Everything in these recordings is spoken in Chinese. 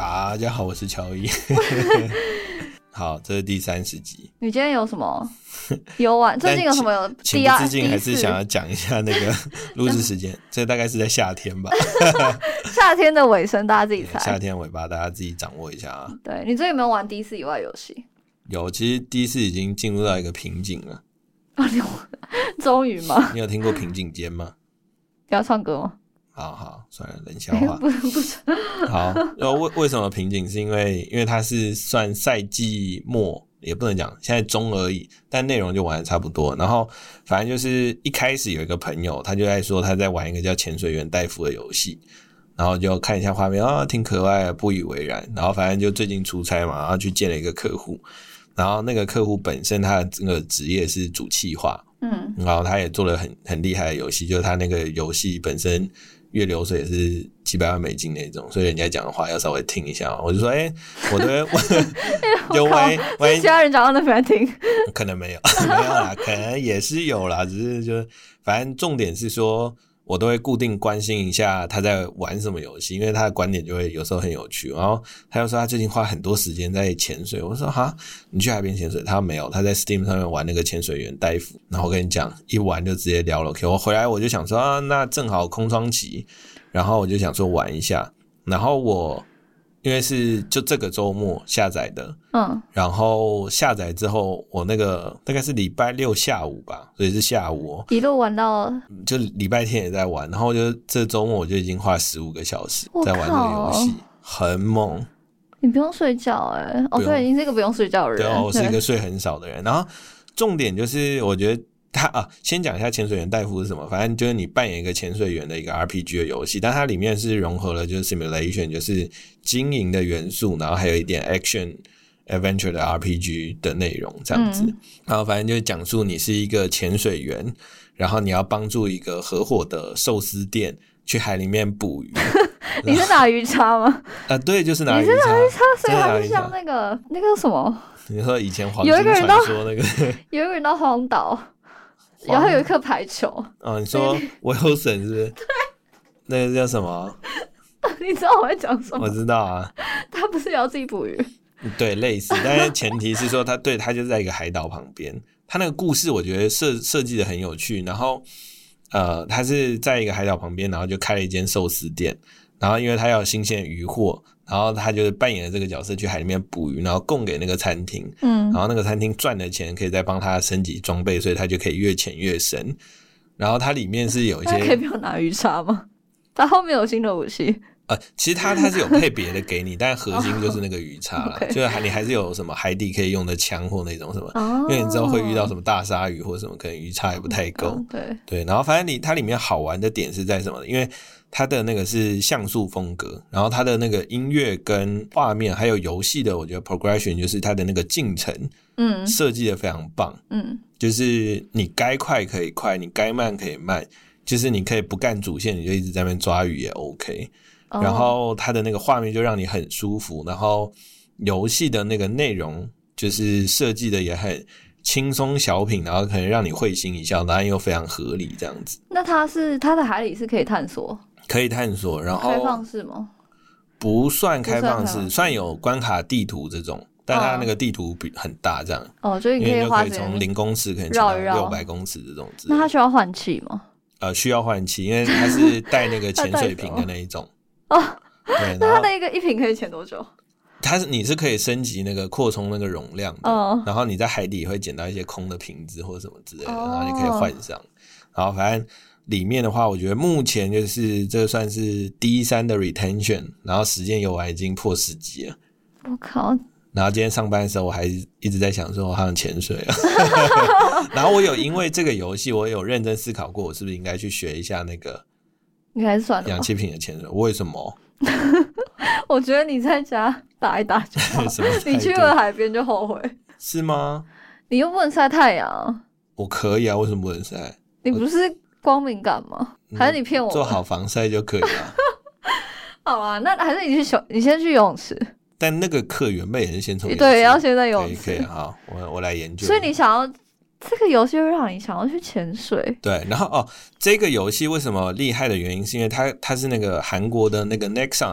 大家好，我是乔伊。好，这是第30集。 你今天有什么游玩？最近有什么有情不自禁还是想要讲一下那个录制时间，这大概是在夏天吧。 夏天的尾声，大家自己猜。 夏天尾巴，大家自己掌握一下啊。 对，你最近有没有玩第4以外游戏？ 有，其实第4已经进入到一个瓶颈了。 终于吗？ 你有听过瓶颈间吗？ 要唱歌吗？ 好，算了，冷笑话。 不是。 好，为什么瓶颈？是因为它是算赛季末，也不能讲现在中而已，但内容就玩得差不多。然后反正就是一开始有一个朋友，他就在说他在玩一个叫潜水员戴夫的游戏，然后就看一下画面啊，挺可爱的，不以为然。然后反正就最近出差嘛，然后去见了一个客户，然后那个客户本身他的这个职业是主企划，然后他也做了很厉害的游戏，就是他那个游戏本身月流水也是几百万美金那种，所以人家讲的话要稍微听一下。我就说，我都就万一其他人讲到那边听， 可能没有啦，可能也是有啦，只是就反正重点是说，我都会固定关心一下他在玩什么游戏，因为他的观点就会有时候很有趣。然后他就说他最近花很多时间在潜水，我说哈，你去海边潜水？他说没有，他在 Steam 上面玩那个潜水员戴夫。然后我跟你讲，一玩就直接聊了 OK。我回来我就想说啊，那正好空窗期，然后我就想说玩一下。然后我因为是就这个周末下载的，然后下载之后，我那个大概是礼拜6下午吧，所以是下午一路玩到就礼拜天也在玩，然后就这周末我就已经花15个小时在玩这个游戏，很猛。 你不用睡觉对，你是一个不用睡觉的人。 对，我是一个睡很少的人。然后重点就是我觉得先讲一下潜水员戴夫是什么。反正就是你扮演一个潜水员的一个 RPG 的游戏，但它里面是融合了就是 simulation， 就是经营的元素，然后还有一点 action adventure 的 RPG 的内容这样子。然后反正就是讲述你是一个潜水员，然后你要帮助一个合伙的寿司店去海里面捕鱼。 你是拿鱼叉吗？ 对，就是拿鱼叉。 你是拿鱼叉，所以它是像那个什么？ 你说以前黄金传说那个， 有一个人到荒岛。然后有一颗排球。 你说Wilson 是不是？对，那个叫什么？ 你知道我在讲什么？ 我知道啊。他不是也要自己捕鱼？ 对，类似，但是前提是说他就在一个海岛旁边。他那个故事我觉得设计的很有趣。然后他是在一个海岛旁边，然后就开了一间寿司店。然后因为他要有新鲜的渔获，然后他就是扮演了这个角色去海里面捕鱼，然后供给那个餐厅。然后那个餐厅赚的钱可以再帮他升级装备，所以他就可以越潜越深。然后它里面是有一些， 他可以不用拿鱼叉吗？他后面有新的武器。 其实它是有配别的给你，但核心就是那个鱼叉啦。就是你还是有什么海底可以用的枪或那种什么，因为你知道会遇到什么大鲨鱼或什么，可能鱼叉也不太够。对，然后反正它里面好玩的点是在什么？因为它的那个是像素风格，然后它的那个音乐跟画面还有游戏的，我觉得 progression 就是它的那个进程，设计的非常棒。就是你该快可以快，你该慢可以慢，就是你可以不干主线，你就一直在那边抓鱼也 OK。然后它的那个画面就让你很舒服，然后游戏的那个内容就是设计的也很轻松小品，然后可能让你会心一笑，然后又非常合理这样子。 那它的海里是可以探索？可以探索，然后开放式吗？ 不算开放式，算有关卡地图这种，但它那个地图很大这样。 所以你可以花时间从0公尺可能到600公尺这种。 那它需要换气吗？ 需要换气，因为它是带那个潜水瓶的那一种。对， 那它的一瓶可以潜多久？ 你是可以升级那个扩充那个容量的，然后你在海底会捡到一些空的瓶子或者什么之类的，然后你可以换上。然后反正里面的话，我觉得目前就是这算是D3的 retention， 然后时间游玩已经破10级了。 我靠！ 然后今天上班的时候，我还一直在想说，我好想潜水啊。然后我有因为这个游戏，我有认真思考过，我是不是应该去学一下那个。 你还是算了氧气瓶的潜水？为什么？ 我觉得你在家打一打就好。你去了海边就后悔。 是吗？ 你又不能晒太阳。 我可以啊，为什么不能晒？ 你不是光敏感吗？还是你骗我？ 做好防晒就可以了。 好啊，那还是你先去游泳池。 但那个课原本也是先从对，要先在游泳池。 可以，好，我来研究。 所以你想要这个游戏会让你想要去潜水。 对，然后这个游戏为什么厉害的原因是因为它是那个韩国的那个 Nexon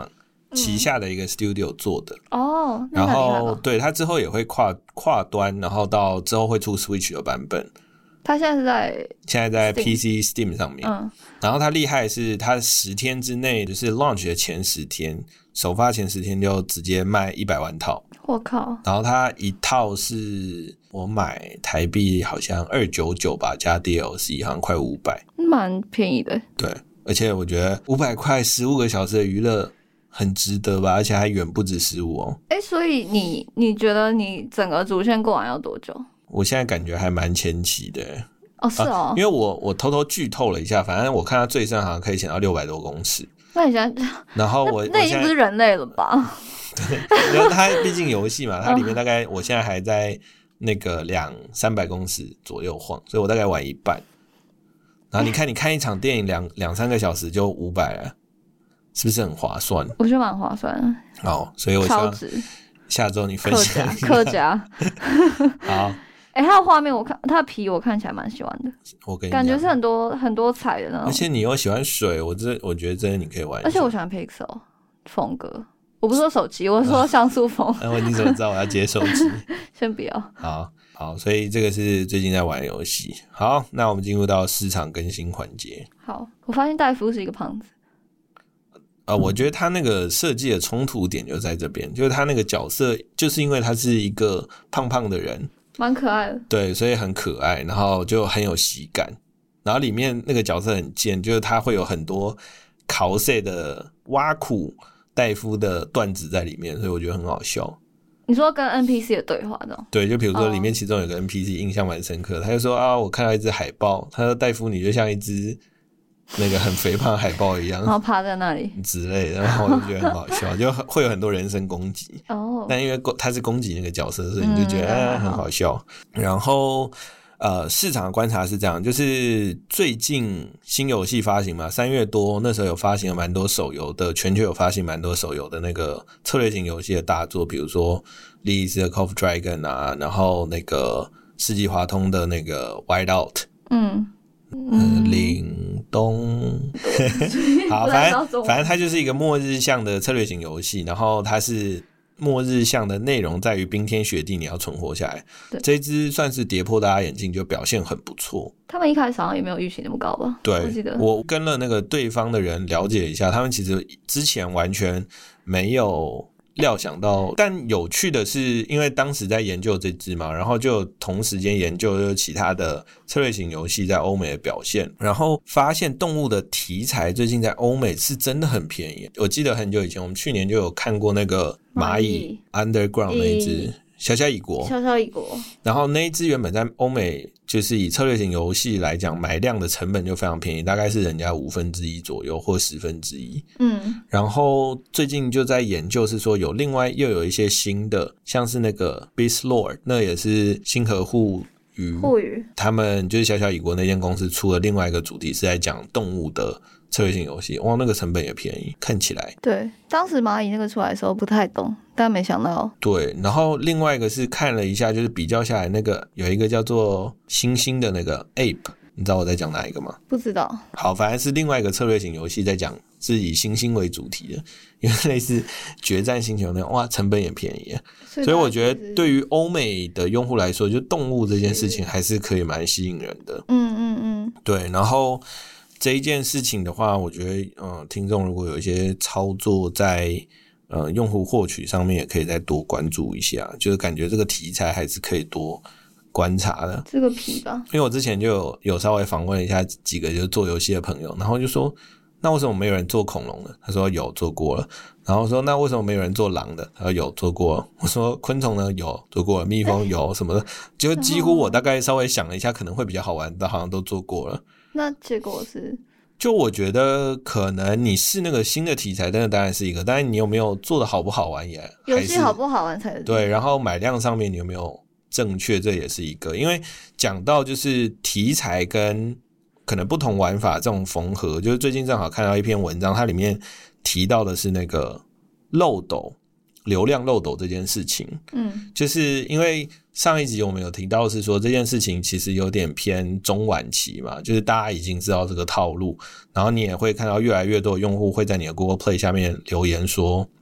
旗下的一个 studio 做的哦， 然后对他之后也会跨端，然后到之后会出 Switch 的版本。 他现在在 PC Steam 上面，然后他厉害的是他10天之内，就是 launch 的前10天，首发前10天就直接卖100万套。 我靠！ 然后他一套是我买台币好像299吧，加 DLC 好像快500， 蛮便宜的。 对，而且我觉得500块15个小时的娱乐很值得吧，而且还远不止15哦。 所以你觉得你整个主线过完要多久？ 我现在感觉还蛮前期的。 哦，是哦， 因为我偷偷剧透了一下，反正我看它最深好像可以潜到600多公尺。 那你现在， 然后那已经不是人类了吧？ 对，因为它毕竟游戏嘛，它里面大概我现在还在那个200-300公尺左右晃，所以我大概玩一半。然后你看一场电影2-3个小时就500了，是不是很划算？ 我觉得蛮划算的。 好，所以我希望下周你分享一下客家。 好。 它的画面它的皮我看起来蛮喜欢的， 我跟你感觉是很多彩的那种， 而且你又喜欢水，我觉得真的你可以玩一下。 而且我喜欢 Pixel 风格，我不是说手机，我是说像素风。 你怎么知道我要接手机？ 先不要。 好，所以这个是最近在玩的游戏。好，那我们进入到市场更新环节。 好，我发现戴夫是一个胖子。 我觉得他那个设计的冲突点就在这边，就是他那个角色就是因为他是一个胖胖的人。 蛮可爱的， 对，所以很可爱，然后就很有喜感。然后里面那个角色很贱，就是他会有很多cos的挖苦戴夫的段子在里面，所以我觉得很好笑。 你说跟 NPC 的对话这种？ 对，就比如说里面其中有个 NPC 印象蛮深刻，他就说我看到一只海豹，他说戴夫你就像一只那个很肥胖的海豹一样， 然后趴在那里之类的，然后我就觉得很好笑，就会有很多人身攻击。但因为他是攻击那个角色，所以你就觉得很好笑。然后市场的观察是这样，就是最近新游戏发行嘛，3月多那时候有发行了蛮多手游的，全球有发行蛮多手游的那个策略型游戏的大作，比如说莉莉丝的 Call of Dragon 啊，然后那个世纪华通的那个 Whiteout。凛冬好，反正它就是一个末日向的策略型游戏，然后它是末日向的内容在于冰天雪地你要存活下来。这一支算是跌破大家眼镜，就表现很不错。 他们一开始好像也没有预期那么高吧？ 对， 我记得我跟了那个对方的人了解一下，他们其实之前完全没有料想到。但有趣的是，因为当时在研究这支嘛，然后就同时间研究其他的策略型游戏在欧美的表现，然后发现动物的题材最近在欧美是真的很便宜。我记得很久以前我们去年就有看过那个蚂蚁 Underground 那一支小小蚁国，然后那一支原本在欧美就是以策略型游戏来讲，买量的成本就非常便宜，大概是人家1/5左右或1/10。然后最近就在研究是说又有一些新的，像是那个 Beast Lord， 那也是星河护鱼他们就是小小蚁国那间公司出了另外一个主题是在讲动物的策略性游戏，哇，那个成本也便宜，看起来。 对，当时蚂蚁那个出来的时候不太懂，但没想到。 对，然后另外一个是看了一下，就是比较下来，那个有一个叫做星星的那个 Ape， 你知道我在讲哪一个吗？ 不知道。 好，反正是另外一个策略型游戏在讲是以星星为主题的，因为类似决战星球那样，哇，成本也便宜，所以我觉得对于欧美的用户来说，就动物这件事情还是可以蛮吸引人的。对，然后这一件事情的话，我觉得听众如果有一些操作在用户获取上面，也可以再多关注一下，就是感觉这个题材还是可以多观察的。 这个皮吧， 因为我之前就有稍微访问了一下几个就是做游戏的朋友，然后就说那为什么没有人做恐龙的？他说有做过了。然后说那为什么没有人做狼的？他说有做过了。我说昆虫呢？有做过了。蜜蜂有什么的？就几乎我大概稍微想了一下，可能会比较好玩的，好像都做过了。 那结果是？ 就我觉得可能你是那个新的题材，但是当然是一个，但是你有没有做的好不好玩也游戏好不好玩才是对。然后买量上面你有没有正确，这也是一个。因为讲到就是题材跟可能不同玩法这种缝合，就是最近正好看到一篇文章，它里面提到的是那个漏斗流量漏斗这件事情。就是因为上一集我们有提到是说这件事情其实有点偏中晚期嘛，就是大家已经知道这个套路，然后你也会看到越来越多的用户会在你的 Google Play 下面留言说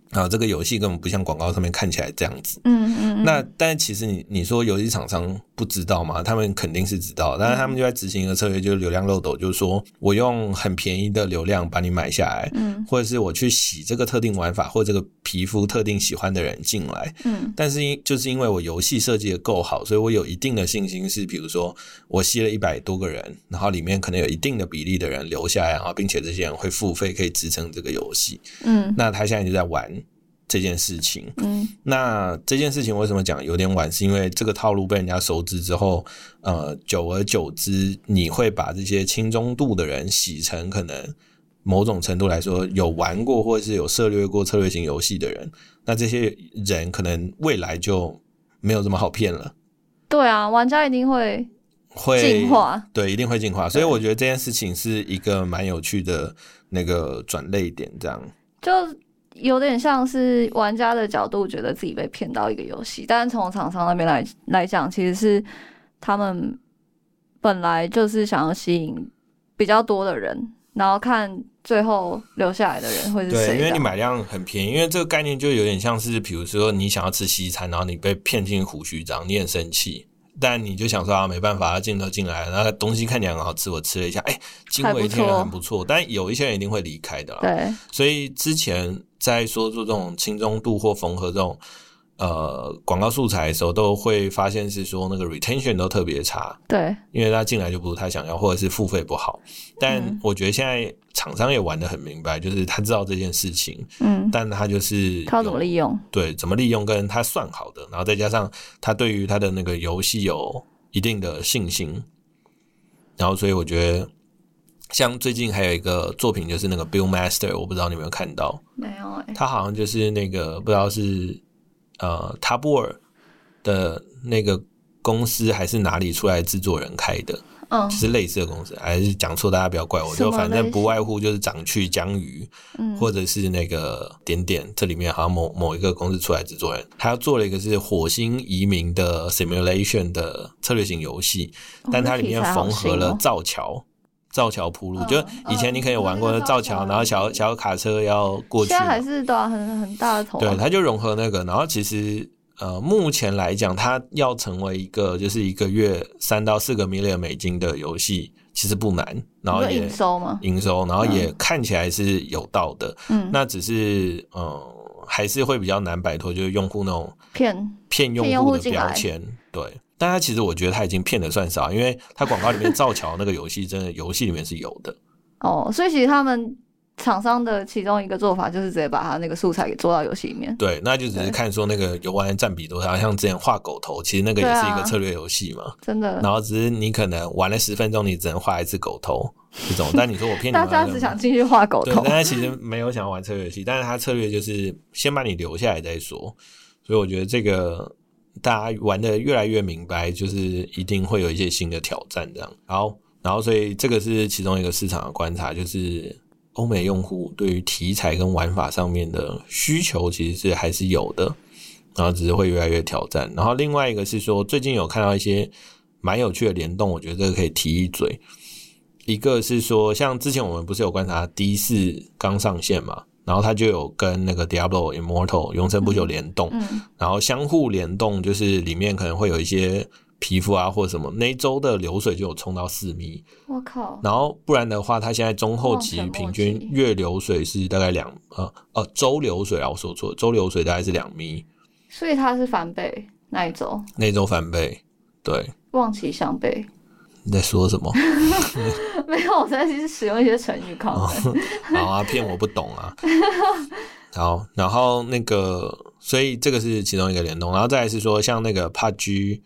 这个游戏根本不像广告上面看起来这样子。那但其实你说游戏厂商不知道吗？他们肯定是知道，但是他们就在执行一个策略，就是流量漏斗，就是说我用很便宜的流量把你买下来，或者是我去洗这个特定玩法或这个皮肤特定喜欢的人进来，但是就是因为我游戏设计的够好，所以我有一定的信心是，比如说我吸了100多个人，然后里面可能有一定的比例的人留下来，然后并且这些人会付费可以支撑这个游戏。那他现在就在玩这件事情。那这件事情为什么讲有点晚，是因为这个套路被人家熟知之后，久而久之你会把这些轻中度的人洗成可能某种程度来说有玩过或是有涉猎过策略型游戏的人，那这些人可能未来就没有这么好骗了。 对啊，玩家一定会进化， 对，一定会进化。所以我觉得这件事情是一个蛮有趣的那个转捩点，这样就有点像是玩家的角度觉得自己被骗到一个游戏，但是从厂商那边来讲，其实是他们本来就是想要吸引比较多的人，然后看最后留下来的人会是谁。 对，因为你买量很便宜，因为这个概念就有点像是比如说你想要吃西餐，然后你被骗进胡须章，你很生气，但你就想说没办法，镜头进来了，然后东西看起来很好吃，我吃了一下，惊为天人，很不错。但有一些人一定会离开的啦。 对， 所以之前在说做这种轻中度或缝合这种广告素材的时候，都会发现是说那个 retention 都特别差。 对， 因为他进来就不是他想要，或者是付费不好。但我觉得现在厂商也玩得很明白，就是他知道这件事情，但他就是他怎么利用， 对，怎么利用跟他算好的，然后再加上他对于他的那个游戏有一定的信心，然后所以我觉得像最近还有一个作品就是那个 Build Master， 我不知道你有没有看到？ 没有他好像就是那个不知道是塔布尔的那个公司还是哪里出来的制作人开的，就是类似的公司，还是讲错大家不要怪我，就反正不外乎就是长去江鱼，或者是那个点点，这里面好像某一个公司出来制作人，他做了一个是火星移民的 simulation 的策略型游戏，但它里面缝合了造桥铺路，就以前你可以有玩过的造桥，然后小卡车要过去， 现在还是很大的头。 对，它就融合那个，然后其实目前来讲，它要成为一个就是一个月3到4个 million 美金的游戏，其实不难，然后也营收，然后也看起来是有道的。那只是还是会比较难摆脱，就是用户那种骗用户的标签，对。但他其实我觉得他已经骗的算少，因为他广告里面造桥那个游戏真的游戏里面是有的。 所以其实他们厂商的其中一个做法就是直接把他那个素材给做到游戏里面。 对，那就只是看说那个游玩的占比多少，像之前画狗头，其实那个也是一个策略游戏嘛， 真的。 然后只是你可能玩了10分钟，你只能画1次狗头这种。但你说我骗你大家只想进去画狗头， 对，但他其实没有想要玩策略游戏，但是他策略就是先把你留下来再说。所以我觉得这个大家玩的越来越明白，就是一定会有一些新的挑战这样。然后所以这个是其中一个市场的观察，就是欧美用户对于题材跟玩法上面的需求其实是还是有的，然后只是会越来越挑战。然后另外一个是说最近有看到一些蛮有趣的联动，我觉得这个可以提一嘴。一个是说像之前我们不是有观察D4刚上线嘛，然后它就有跟那个 Diablo Immortal 永生不朽联动，然后相互联动，就是里面可能会有一些皮肤啊或者什么，那一周的流水就有冲到4米， 我靠！ 然后不然的话，它现在中后期平均月流水是大概周流水啊，我说错了，周流水大概是2米， 所以它是翻倍那一周翻倍，对， 望其项背。 你在说什么？ 没有，我在使用一些成语考分。 好啊，骗我不懂啊。好，然后那个，所以这个是其中一个联动，然后再来是说，像那个 PUBG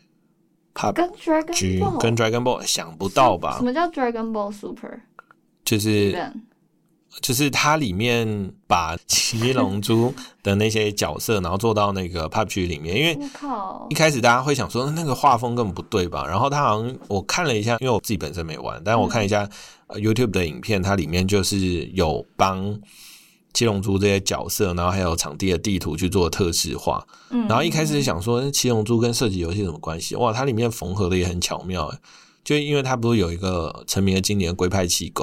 跟 Dragon Ball 想不到吧？ 什么叫 Dragon Ball Super？ 就是它里面把七龙珠的那些角色，然后做到那个 PUBG 里面，因为一开始大家会想说那个画风根本不对吧？然后它好像我看了一下，因为我自己本身没玩，但是我看一下YouTube 的影片，它里面就是有帮七龙珠这些角色，然后还有场地的地图去做特制化。然后一开始想说七龙珠跟射击游戏有什么关系？哇，它里面缝合的也很巧妙，就因为它不是有一个成名的经典龟派气功。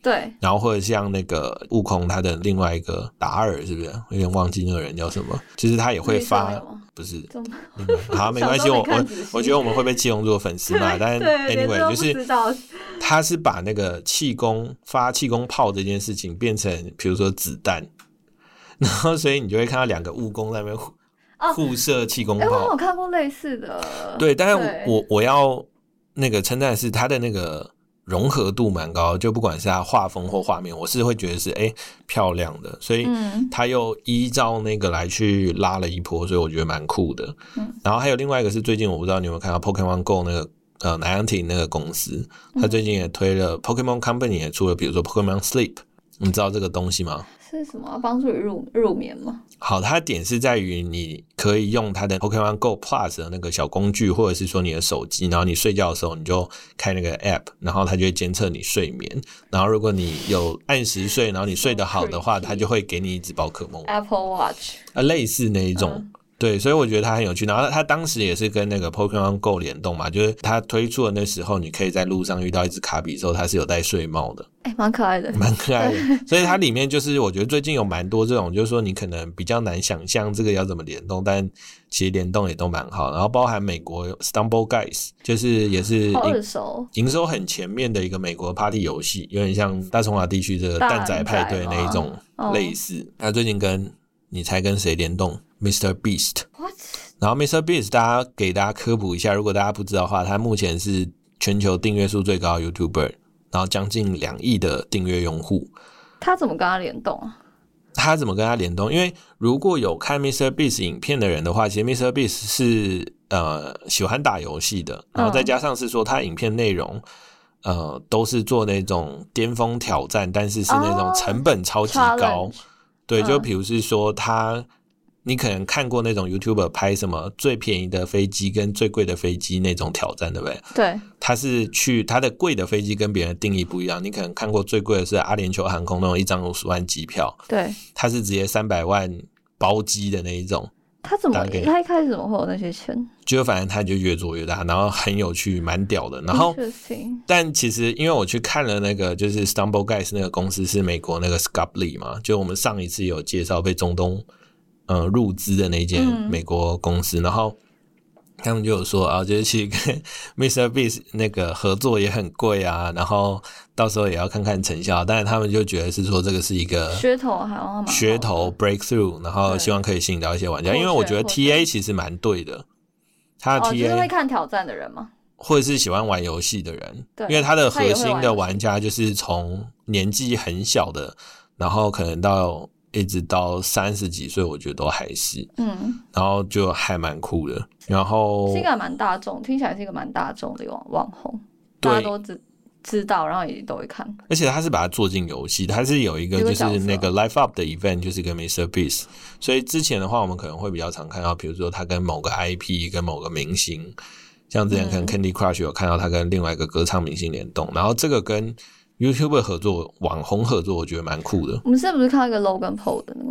对， 然后或者像那个悟空他的另外一个达尔是不是有点忘记那个人叫什么，就是他也会发，不是好没关系，我觉得我们会被七龙珠的粉丝骂，但 anyway 就是他是把那个气功发气功炮这件事情变成比如说子弹，然后所以你就会看到2个悟空在那边互射气功炮。 我有看过类似的。 对，但是我要那个称赞的是他的那个融合度蛮高，就不管是他画风或画面，我是会觉得是漂亮的，所以他又依照那个来去拉了一波，所以我觉得蛮酷的。然后还有另外一个是最近我不知道你有没有看到 Pokemon Go 那个Niantic 那个公司，他最近也推了 Pokemon Company 也出了比如说 Pokemon Sleep， 你知道这个东西吗？ 是什么帮助你入眠吗？ 好，它的点是在于你可以用它的 Pokemon Go Plus 的那个小工具，或者是说你的手机，然后你睡觉的时候你就开那个 App， 然后它就会监测你睡眠，然后如果你有按时睡，然后你睡得好的话，它就会给你一只宝可梦 Apple Watch 类似那一种。对，所以我觉得它很有趣。然后它当时也是跟那个 Pokemon Go 联动嘛，就是它推出的那时候，你可以在路上遇到一只卡比兽，它是有戴睡帽的， 蛮可爱的， 蛮可爱的。所以它里面就是我觉得最近有蛮多这种，就是说你可能比较难想象这个要怎么联动，但其实联动也都蛮好。然后包含美国 Stumble Guys， 就是也是营收很前面的一个美国 Party 游戏，有点像大中华地区这个蛋仔派对那一种类似。它最近你猜跟谁联动 ？Mr. Beast。What？ 然后 Mr. Beast 给大家科普一下，如果大家不知道的话，他目前是全球订阅数最高的 YouTuber， 然后将近2亿的订阅用户。 他怎么跟他联动啊？ 他怎么跟他联动？因为如果有看 Mr. Beast 影片的人的话，其实 Mr. Beast 是喜欢打游戏的，然后再加上是说他影片内容都是做那种巅峰挑战，但是是那种成本超级高。对，就比如是说你可能看过那种 YouTuber 拍什么最便宜的飞机跟最贵的飞机那种挑战，对不对？ 对， 他的贵的飞机跟别人的定义不一样，你可能看过最贵的是阿联酋航空那种1张50万机票， 对， 他是直接300万包机的那一种。他一开始怎么会有那些钱？ 就反正他就越做越大，然后很有趣，蛮屌的。然后，但其实因为我去看了那个就是 Stumble Guys 那个公司是美国那个 Scopely 嘛，就我们上一次有介绍被中东入资的那间美国公司，然后他们就有说就是其实跟 Mr. Beast 那个合作也很贵啊，然后到时候也要看看成效，但是他们就觉得是说这个是一个噱头 breakthrough， 然后希望可以吸引到一些玩家，因为我觉得 TA 其实蛮对的，他的 TA 就是会看挑战的人吗？ 或者是喜欢玩游戏的人，因为他的核心的玩家就是从年纪很小的，然后可能一直到30几岁，我觉得都还是，然后就还蛮酷的。然后是一个蛮大众，听起来是一个蛮大众的网红，大家都知道，然后也都会看。 而且他是把它做进游戏，他是有一个就是那个 Life Up 的 event， 就是跟 Mr. Beast。所以之前的话，我们可能会比较常看到，比如说他跟某个 IP 跟某个明星，像之前可能 Candy Crush 有看到他跟另外一个歌唱明星联动，然后这个跟YouTuber 合作、网红合作，我觉得蛮酷的。 我们是不是看到一个 Logan Paul 的那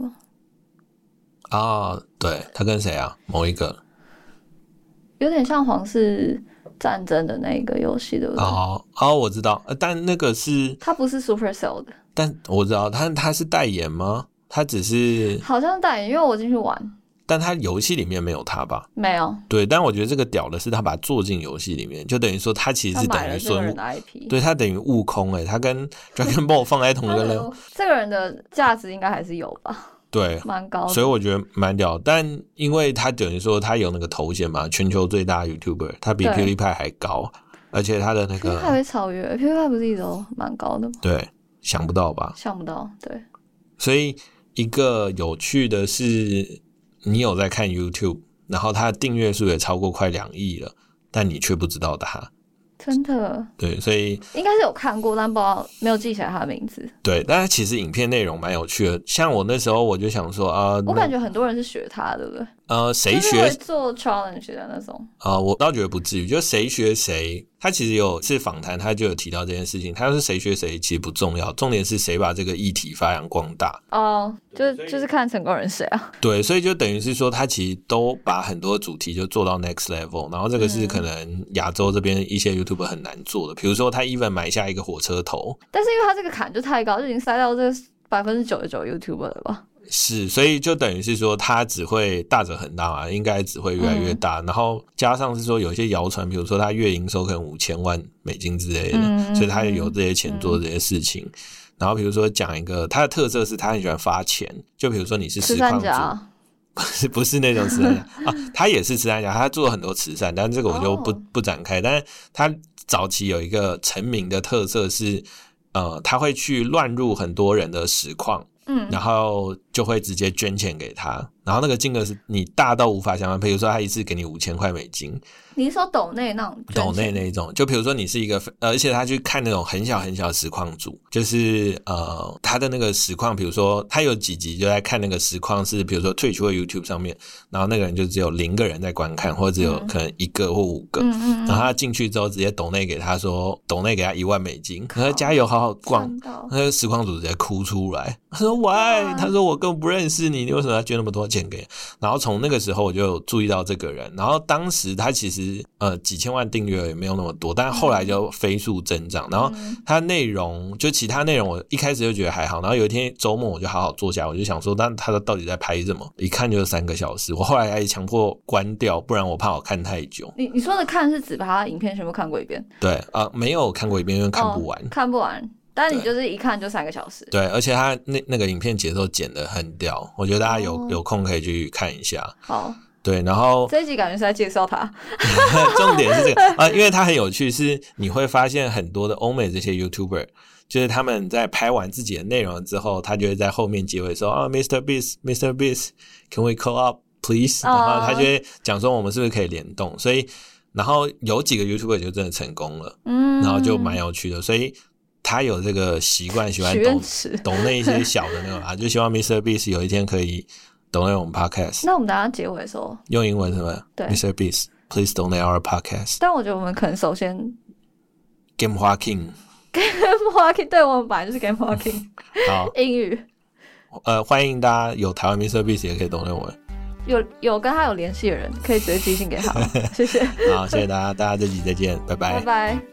个？对，他跟谁啊？某一个有点像皇室战争的那个游戏，对不对？ 我知道，但那个是他不是 Supercell 的， 但我知道他是代言吗？他只是好像是代言，因为我进去玩。 但他游戏里面没有他吧？ 没有。对， 但我觉得这个屌的是他把它做进游戏里面，就等于说他其实是等于说对，他等于悟空他跟 Dragon Ball 放在同一个level。 这个人的价值应该还是有吧？ 对， 蛮高的， 所以我觉得蛮屌。但因为他等于说他有那个头衔嘛，全球最大 YouTuber， 他比 PewDiePie 还高，而且他的那个 PewDiePie 会超越 PewDiePie 不是一直都蛮高的吗？ 对，想不到吧？ 想不到，对。 所以一个有趣的是，你有在看 YouTube， 然后他的订阅数也超过快2亿了，但你却不知道他。 真的？ 对，所以应该是有看过，但不知道没有记起来他的名字。 对，但是其实影片内容蛮有趣的。像我那时候我就想说我感觉很多人是学他，对不对？ 谁学会做 challenge 的那种我倒觉得不至于，就谁学谁，他其实有次访谈他就有提到这件事情，他说谁学谁其实不重要，重点是谁把这个议题发扬光大就是看成功人谁啊。 对，所以就等于是说他其实都把很多主题就做到 next level， 然后这个是可能亚洲这边一些 YouTuber 很难做的，比如说他 even 买下一个火车头， 但是因为他这个坎就太高，就已经塞到这99% YouTuber 了吧。 是，所以就等于是说他只会大者很大嘛，应该只会越来越大，然后加上是说有一些谣传，比如说他月营收可能5000万美金之类的，所以他有这些钱做这些事情。然后比如说讲一个他的特色是他很喜欢发钱，就比如说你是实况主，不是那种慈善家他也是慈善家，他做了很多慈善，但这个我就不展开。但是他早期有一个成名的特色是他会去乱入很多人的实况，然后就会直接捐钱给他，然后那个金额是你大到无法想象，比如说他一次给你5000块美金。 你是说抖内那种？ 抖内那一种，就比如说你是一个而且他去看那种很小很小的实况组，就是他的那个实况，比如说他有几集就在看那个实况是比如说 Twitch 或 YouTube 上面，然后那个人就只有0个人在观看，或者只有可能1个或5个，然后他进去之后直接抖内给他说，抖内给他1万美金，他说加油好好逛，那个实况组直接哭出来，他说 Why？ 他说我根本不认识你，你为什么要捐那么多钱给你？然后从那个时候我就有注意到这个人，然后当时他其实几千万订阅也没有那么多，但后来就飞速增长，然后他内容就其他内容我一开始就觉得还好，然后有一天周末我就好好坐下，我就想说但他到底在拍什么，一看就是3个小时，我后来还强迫关掉，不然我怕我看太久。 你说的看是指把他影片全部看过一遍？ 对没有看过一遍，因为看不完看不完，但你就是一看就3个小时。 对，而且他那个影片节奏剪得很屌，我觉得大家有空可以去看一下。 好， 对，然后这一集感觉是在介绍他重点是这个因为他很有趣，是你会发现很多的欧美这些 YouTuber 就是他们在拍完自己的内容之后，他就会在后面结尾说Mr. Beast can we call up please， 然后他就会讲说我们是不是可以联动，所以然后有几个 YouTuber 就真的成功了，然后就蛮有趣的，所以他有这个习惯喜欢懂那一些小的那种就希望 Mr. Beast 有一天可以donate 我们 podcast。 那我们等一下结尾的时候用英文什么？对 Mr. Beast please donate our podcast。 但我觉得我们可能首先 Game Hoa King 对，我们本来就是 Game Hoa King 好英语欢迎大家有台湾 Mr. Beast 也可以donate我们， 有跟他有联系的人可以直接寄信给他谢谢。 好，谢谢大家，大家这集再见，拜拜拜拜。